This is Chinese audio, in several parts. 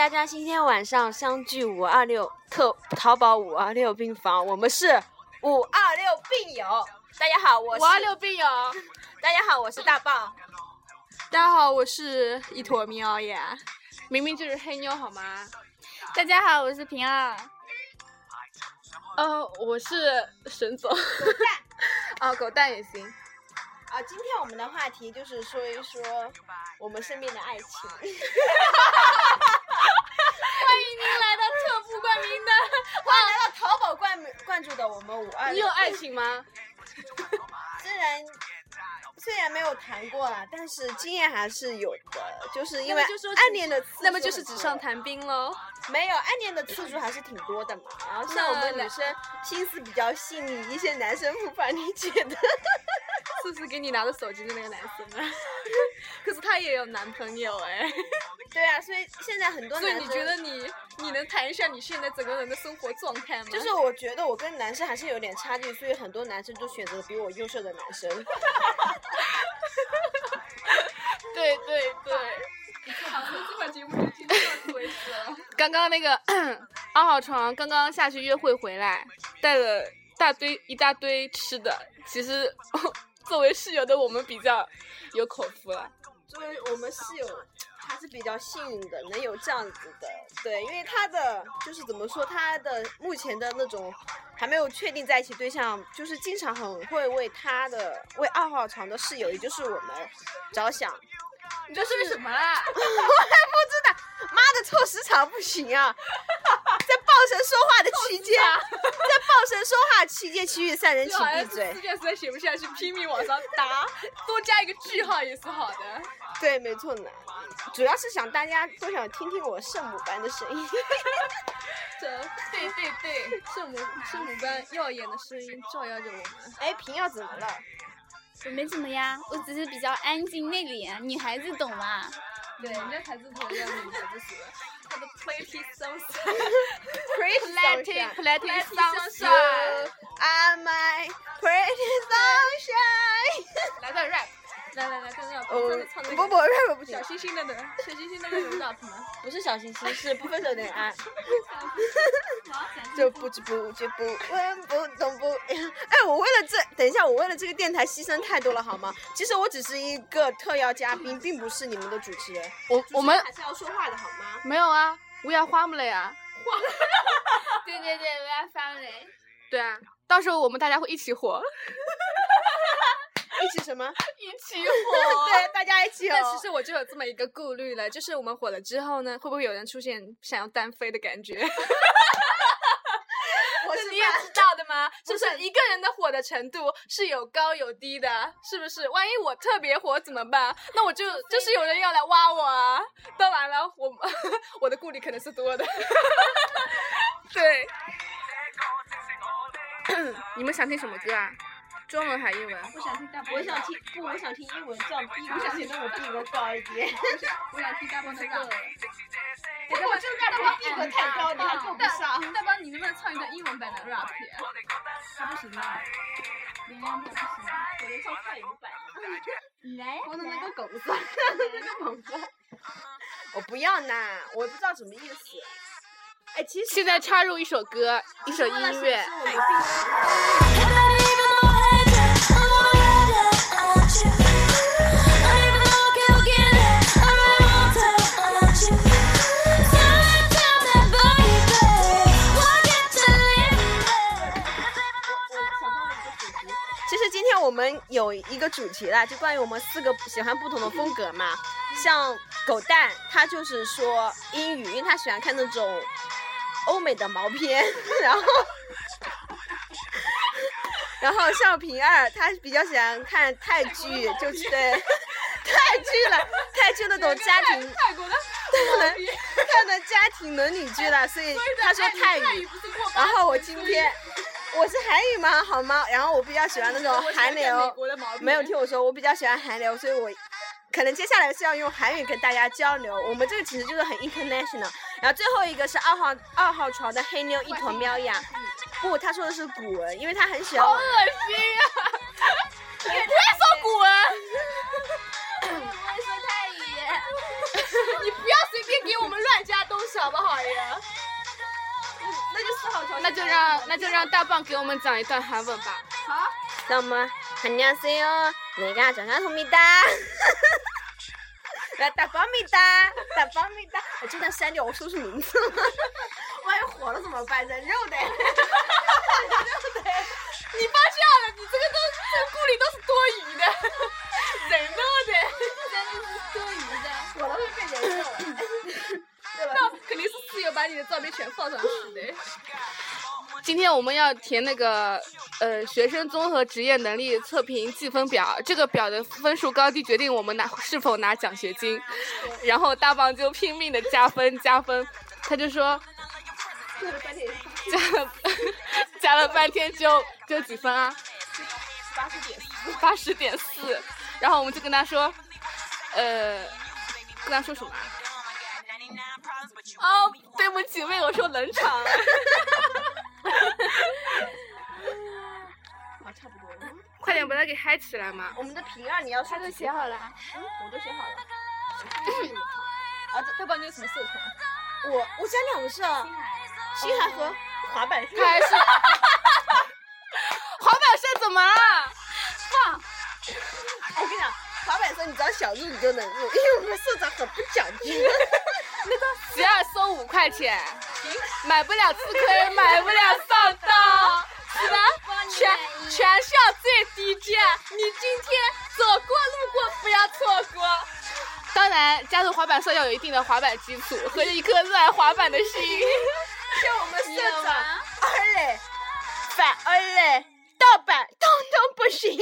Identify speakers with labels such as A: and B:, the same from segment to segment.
A: 大家今天晚上相聚526淘宝526病房，我们是526病友。大家好，我是
B: 526病友。
A: 大家好，我是大棒。
B: 大家好，我是一坨喵呀，明明就是黑妞好吗？
C: 大家好，我是平儿。
B: 我是沈总。
A: 狗蛋。
B: 狗蛋也行。
A: 今天我们的话题就是说一说我们身边的爱情。欢
B: 迎您来到特不冠名的，
A: 欢迎来到淘宝灌注的我们526。
B: 你有爱情吗？
A: 虽然没有谈过啦，但是经验还是有的，就是因为暗恋的次数，
B: 那么就是纸上谈兵喽。
A: 没有，暗恋的次数还是挺多的嘛。然后像我们女生心思比较细腻，一些男生无法理解的。
B: 是不是给你拿着手机的那个男生啊？可是他也有男朋友哎。
A: 对啊，所以现在很多男生。
B: 所以你觉得你能谈一下你现在整个人的生活状态吗？
A: 就是我觉得我跟男生还是有点差距，所以很多男生都选择比我优秀的男生。
B: 对。好，这款节目就听到此为止了。刚刚那个2号床刚刚下去约会回来，带了一大堆吃的。其实作为室友的我们比较有口福了。
A: 作为我们室友还是比较幸运的，能有这样子的。对，因为他的就是怎么说，他的目前的那种还没有确定在一起对象，就是经常很会为2号床的室友，也就是我们着想。
B: 你这是什么啦？
A: 我还不知道，妈的臭时长不行啊！在报神说话的期间，其余3人请闭嘴。
B: 4遍实在写不下去，拼命往上打，多加一个句号也是好的。
A: 对，没错呢。主要是想大家都想听听我圣母般的声音。
B: 对，圣母般耀眼的声音照耀着我们。
A: 哎，平耀怎么了？
C: 我没怎么呀，我只是比较安静内敛，女孩子懂吗？
B: 对，人家才是同样女孩子是。他的 Pretty
A: Sunshine，Pretty Sunshine，I'm my Pretty Sunshine。
B: 来段 rap， 来，真的要真的唱那个。
A: 不 rap 不行。
B: 小星星的人 rap 吗？
A: 不是小星星，是不分手的人爱。就不知不觉不问不懂不。哎，我为了这个电台牺牲太多了好吗？其实我只是一个特邀嘉宾，并不是你们的主持人。我们还是要说话的好吗？
B: 没有啊，we are family啊。
C: 对 we are family。
B: 对啊，到时候我们大家会一起火。
A: 一起什么？
B: 一起火。
A: 对，大家一起火。
B: 但其实我就有这么一个顾虑了，就是我们火了之后呢，会不会有人出现想要单飞的感觉？你也知道的吗？就是一个人的火的程度是有高有低的，是不是？万一我特别火怎么办？那我就是有人要来挖我啊！当然了，我的顾虑可能是多的。对。你们想听什么歌啊？中文还英文？
A: 我想听英文，这样逼格显得我逼格高一点。
B: 我想听大棒的 rap。
A: 我就感觉逼格太高，你还够不上。
B: 大棒，你能不能唱一段英文版的 rap 呀？
A: 他不行啊，连2不行，我能唱泰语版。
C: 来，
A: 我的那个狗子，我不要呢，我不知道什么意思。哎，其实
B: 现在插入一首歌，一首音乐。
A: 其实今天我们有一个主题啦，就关于我们4个喜欢不同的风格嘛。像狗蛋，他就是说英语，因为他喜欢看那种欧美的毛片，然后像平儿，他比较喜欢看泰剧，就是泰剧那种家庭
B: 泰国的
A: 看的家庭伦理剧了，所以他说泰语。然后我今天我是韩语吗？好吗？然后我比较喜欢那种韩流，没有听我说，我比较喜欢韩流，所以我可能接下来是要用韩语跟大家交流。我们这个其实就是很 international。然后最后一个是二号床的黑妞一坨喵呀，不，他说的是古文，因为他很喜欢。
B: 好恶心啊！你不要说古文。
C: 我会说泰语。
B: 你不要随便给我们乱加东西
A: 呀？那就4号床。
B: 那就让大棒给我们讲一段韩文吧。
A: 好。那么안녕하세요 내가 정하송입니다。来大棒米哒，大棒米哒！我这段删掉，我说出名字了，万一火了怎么办？人肉的，人肉的。
B: 你发现了，你这个顾虑都是多余的，人肉的，
C: 真的是多余的，
A: 火了会变人肉，对吧？
B: 那肯定是室友把你的照片全放上去的。今天我们要填那个学生综合职业能力测评计分表，这个表的分数高低决定我们是否拿奖学金。然后大棒就拼命的加分，他就说加了半天就几分啊？80.4。然后我们就跟他说什么？哦，对不起，为我说冷场了。
A: 差不多了。
B: 快点把它给嗨起来嘛！
A: 我们的评2你要说。
C: 他都写好了。
A: 我都写好了。
C: 他帮你有什么社团？
A: 我加2个社，星海和滑板社。
B: 他还是滑板社怎么了？
C: 放。
A: 我跟你讲，滑板社你只要想入你就能入，因为我们社长很不讲究。
B: 那个12收5块钱，买不了吃亏，买不了上当，是吧？全校最低价，你今天走过路过不要错过。当然，加入滑板社要有一定的滑板基础和一颗热爱滑板的心。
A: 像我们社长二嘞，反二嘞，盗版通通不行。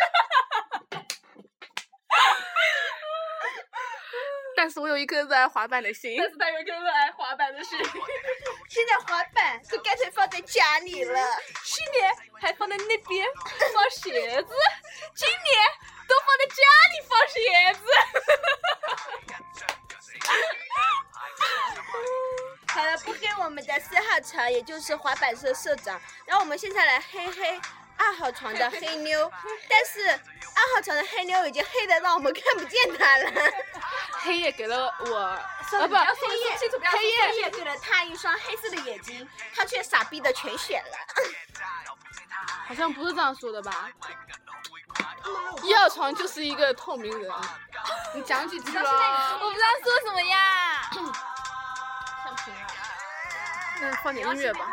B: 但是我有一颗热爱滑板的心。
C: 但是他有一颗热爱滑板的心。
A: 现在滑板都干脆放在家里了，
B: 去年还放在那边放鞋子，今年都放在家里放鞋子。
A: 好了，不黑我们的4号床，也就是滑板社社长。然后我们现在来黑2号床的黑妞，但是2号床的黑妞已经黑的让我们看不见她了。
B: 黑夜给了我，
A: 黑夜给了他一双黑色的眼睛，他却傻逼的全选了。
B: 好像不是这样说的吧？1号床就是一个透明人，你讲几句了？
C: 我不知道说什么呀。
A: 上屏了。
B: 那放点音乐吧。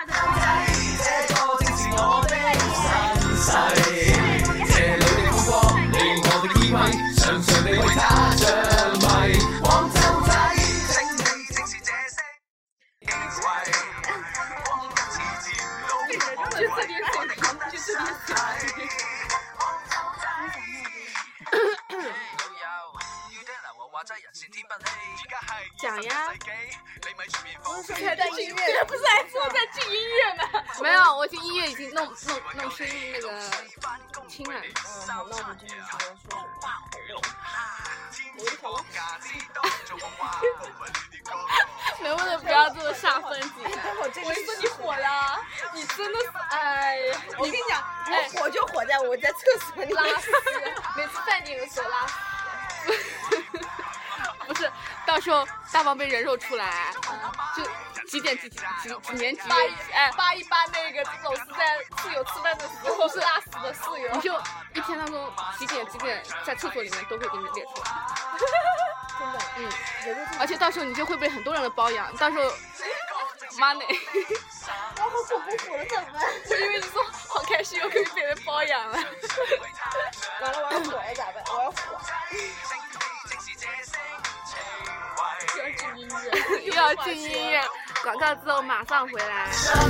B: 讲呀！
A: 不是还在音乐，
B: 不是还说在进音乐呢？没有，我听音乐已经弄声音那个轻了。
A: 那我们继续说什么？
B: 能不能不要这么下分级？
A: 我
B: 说你火了，你真的是哎呀！
A: 我跟你讲，我火就火在我在厕所里
B: 拉屎，每次饭点的时候拉屎。不是，到时候大棒被人肉出来，就几年级？哎，818那个总是在室友吃饭的时候是拉屎的室友，你就一天当中几点在厕所里面都会给你列出来。
A: 真的，
B: 而且到时候你就会被很多人的包养，到时候 money。
A: 我好恐怖，火了怎么办？
B: 我以为你说好开心，又可以被人包养了。
A: 完了，我要火了咋办？我要火。
B: 又要进音乐，广告之后马上回来。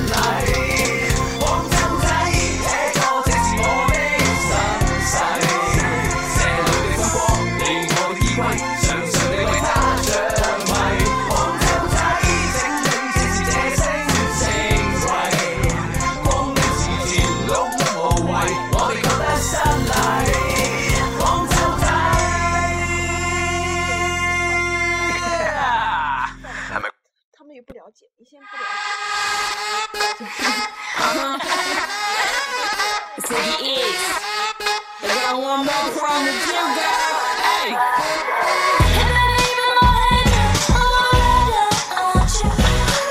A: 不了解，你先不了解。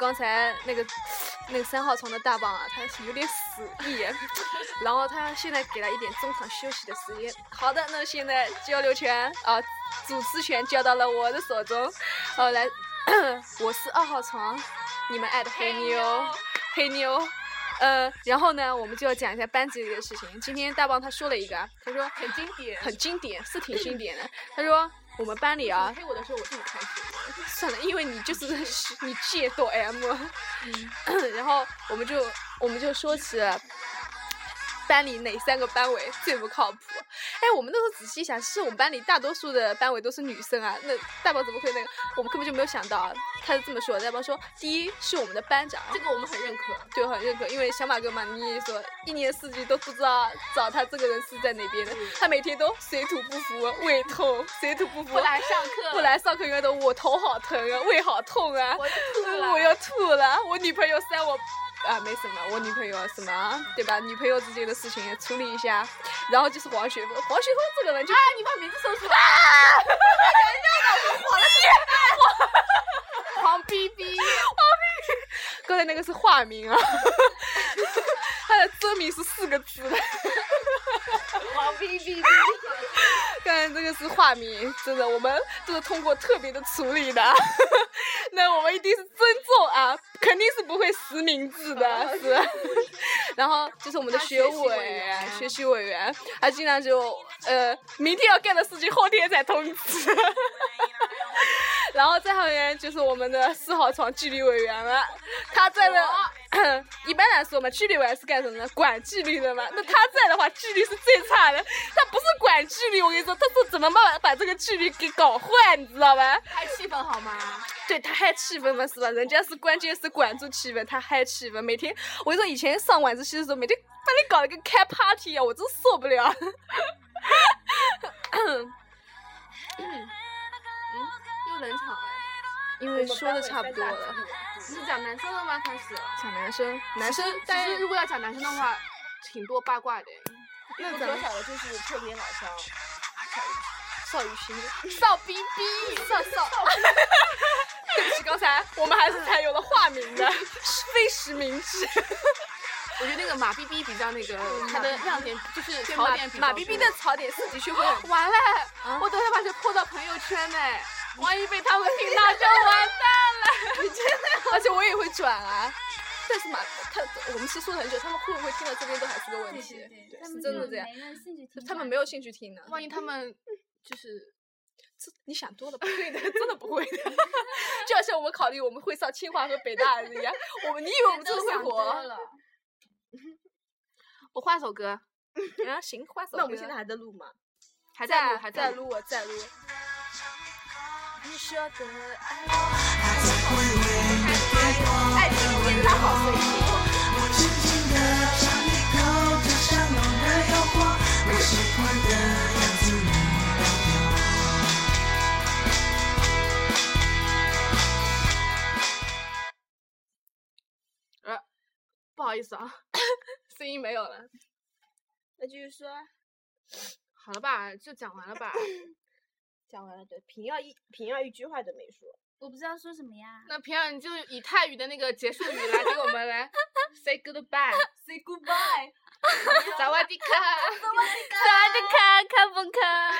B: 刚才那个3号床的大棒啊，他是有点死意，然后他现在给了一点中场休息的时间。好的，那现在交流权啊，主持权交到了我的手中。来，我是2号床，你们爱的黑妞。然后呢，我们就要讲一下班级里的事情。今天大棒他说了一个，他说很经典，是挺经典的。他说我们班里啊，
A: 黑我的时候我这么开心。
B: 算了，因为你就是你戒到 M，然后我们就说起了班里哪3个班委最不靠谱。哎，我们那时候仔细想，是我们班里大多数的班委都是女生啊，那大宝怎么会那个？我们根本就没有想到，他是这么说的。大宝说，第一是我们的班长，
A: 这个我们很认可，
B: 对，很认可，因为小马哥嘛，你也说1年4季都不知道找他这个人是在哪边的，他每天都水土不服，胃痛，水土不服，
C: 不来上课，
B: 永远都我头好疼啊，胃好痛啊，我要吐了，我女朋友塞我。没什么，我女朋友什么，对吧？女朋友之间的事情也处理一下，然后就是黄雪峰这个人就
C: 你把名字说出来，黄逼逼，
B: 刚才那个是化名啊，他的真名是4个字的，
A: 黄逼逼逼。
B: 刚才这个是化名，真的，我们都是通过特别的处理的。那我们一定是尊重啊，肯定是不会实名制的，是。然后就是我们的学习委员，他经常就明天要干的事情后天才通知。然后再后面就是我们的4号床纪律委员了，他在的。一般来说嘛，纪律委员是干什么的？管纪律的嘛。那他在的话，纪律是最差的。他不是管纪律，我跟你说，他是怎么把这个纪律给搞坏，你知道吧？
C: 嗨气氛好吗？
B: 对，他嗨气氛嘛，是吧？人家是关键是管住气氛，他嗨气氛。每天我跟你说，以前上晚自习的时候，每天把你搞得跟开 party 啊，我真受不了。
C: 又冷场了，
B: 因为说的差不多了。
C: 你是讲男生的吗？开始
B: 讲男生，
C: 但是如果要讲男生的话，挺多八卦的。
A: 那咱们讲的就是特别老乡，
B: 邵雨欣，
C: 邵逼逼，邵。
B: 对不起，刚才我们还是采用了化名的，非实名制。
C: 我觉得那个马逼逼比较那个，它的亮点就是槽点比较。
B: 马逼逼的槽点是的确会很。
C: 完了，我等下把这泼到朋友圈呢，万一被他们听到就完蛋了。
B: 你真的，而且我也会转啊。但是我们是说了很久，他们会不会听到这边都还是个问题。对，是真的这样。他们没有兴趣听的。
C: 万一他们就是。
B: 你想多了，不会的，真的不会的。就好像我们考虑我们会上清华和北大一样，你以为我们真的会火？
C: 我换首歌。
B: 行，换首歌。
A: 那我们现在还在录吗？
B: 还在录。你说的爱情变它好随意。
C: 不好意思啊，
B: 声音没有了。
A: 那继续说。
C: 好了吧，就讲完了吧。
A: 讲完了，对，平要一句话都没说。
C: 我不知道说什么呀。
B: 那平儿你就以泰语的那个结束语来给我们来 say goodbye。say
A: goodbye。
B: 萨瓦迪卡。
C: 萨瓦迪卡，卡不卡？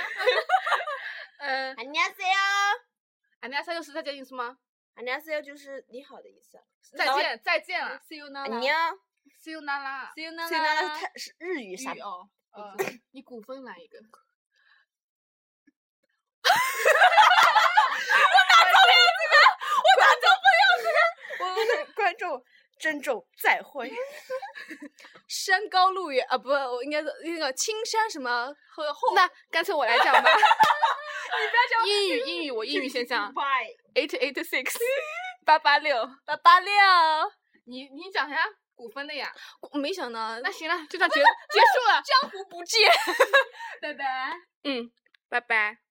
B: 안녕하세요是再见意思吗？
A: 안녕하세요就是你好的意思。
B: 再见了。
C: See you now。
B: See you now。
C: See you now。
A: See you now是日语啥？
B: 哦。你古风来一个。我哪受不了这个！
A: 我们观众珍重再会。
B: 山高路远啊，不，我应该是那个青山什么后。那干脆我来讲吧。你不要讲英语，我英语先讲。886 886。你讲啥？古风的呀。我没想到。那行了，就这样结束了。江湖不见。
C: 拜拜。
B: 拜拜。